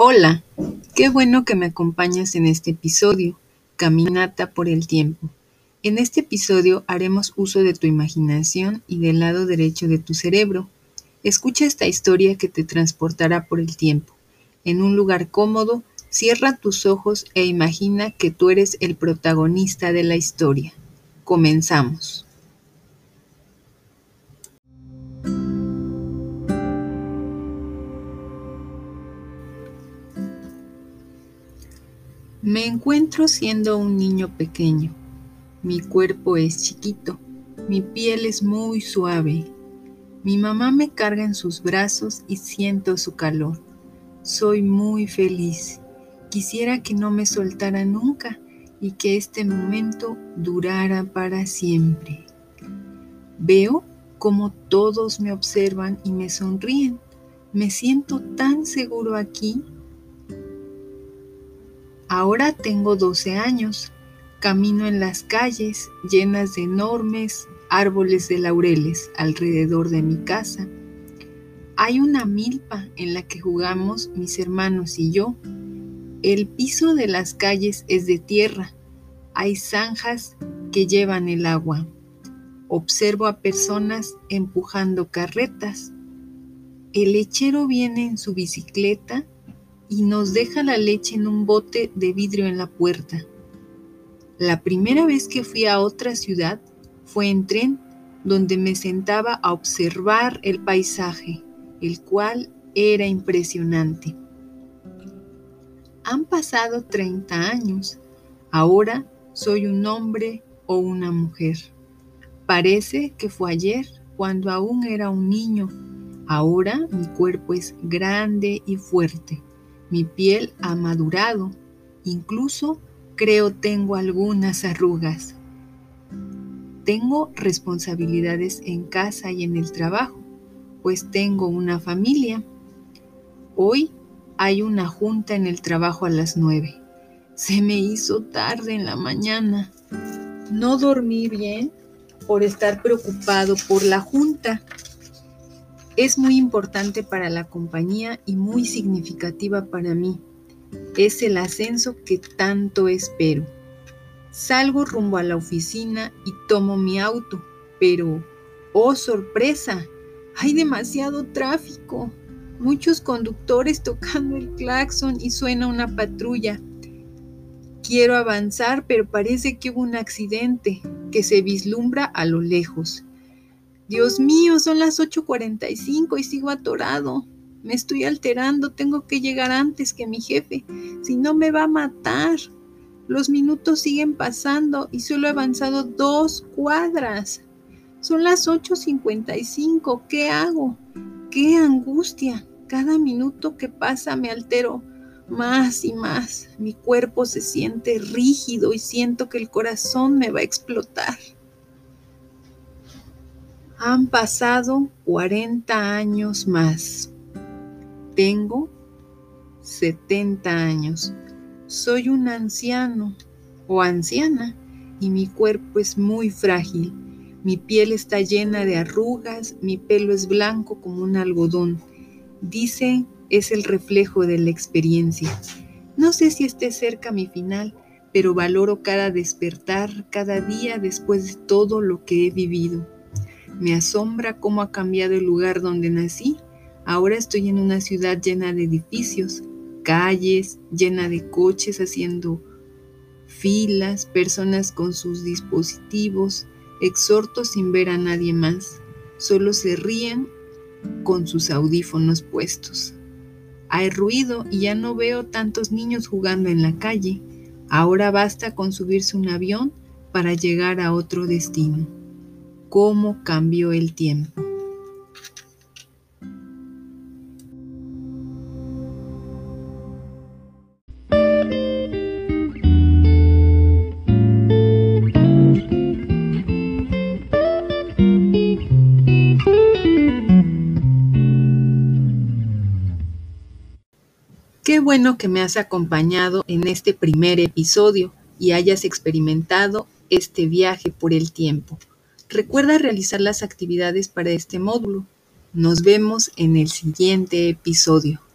Hola, qué bueno que me acompañas en este episodio, Caminata por el Tiempo. En este episodio haremos uso de tu imaginación y del lado derecho de tu cerebro. Escucha esta historia que te transportará por el tiempo. En un lugar cómodo, cierra tus ojos e imagina que tú eres el protagonista de la historia. Comenzamos. Me encuentro siendo un niño pequeño. Mi cuerpo es chiquito, mi piel es muy suave. Mi mamá me carga en sus brazos y siento su calor. Soy muy feliz. Quisiera que no me soltara nunca y que este momento durara para siempre. Veo cómo todos me observan y me sonríen. Me siento tan seguro aquí. Ahora tengo 12 años. Camino en las calles llenas de enormes árboles de laureles alrededor de mi casa. Hay una milpa en la que jugamos mis hermanos y yo. El piso de las calles es de tierra. Hay zanjas que llevan el agua. Observo a personas empujando carretas. El lechero viene en su bicicleta y nos deja la leche en un bote de vidrio en la puerta. La primera vez que fui a otra ciudad fue en tren, donde me sentaba a observar el paisaje, el cual era impresionante. Han pasado 30 años. Ahora soy un hombre o una mujer. Parece que fue ayer, cuando aún era un niño. Ahora mi cuerpo es grande y fuerte. Mi piel ha madurado. Incluso creo tengo algunas arrugas. Tengo responsabilidades en casa y en el trabajo, pues tengo una familia. Hoy hay una junta en el trabajo a las 9. Se me hizo tarde en la mañana. No dormí bien por estar preocupado por la junta. Es muy importante para la compañía y muy significativa para mí. Es el ascenso que tanto espero. Salgo rumbo a la oficina y tomo mi auto, pero, ¡oh sorpresa! Hay demasiado tráfico. Muchos conductores tocando el claxon y suena una patrulla. Quiero avanzar, pero parece que hubo un accidente que se vislumbra a lo lejos. Dios mío, son las 8:45 y sigo atorado. Me estoy alterando, tengo que llegar antes que mi jefe, si no me va a matar. Los minutos siguen pasando y solo he avanzado 2 cuadras. Son las 8:55, ¿qué hago? ¡Qué angustia! Cada minuto que pasa me altero más y más. Mi cuerpo se siente rígido y siento que el corazón me va a explotar. Han pasado 40 años más. Tengo 70 años. Soy un anciano o anciana y mi cuerpo es muy frágil. Mi piel está llena de arrugas, mi pelo es blanco como un algodón. Dicen es el reflejo de la experiencia. No sé si esté cerca mi final, pero valoro cada despertar, cada día después de todo lo que he vivido. Me asombra cómo ha cambiado el lugar donde nací. Ahora estoy en una ciudad llena de edificios, calles, llena de coches haciendo filas, personas con sus dispositivos. Exhorto sin ver a nadie más. Solo se ríen con sus audífonos puestos. Hay ruido y ya no veo tantos niños jugando en la calle. Ahora basta con subirse a un avión para llegar a otro destino. ¿Cómo cambió el tiempo? Qué bueno que me has acompañado en este primer episodio y hayas experimentado este viaje por el tiempo. Recuerda realizar las actividades para este módulo. Nos vemos en el siguiente episodio.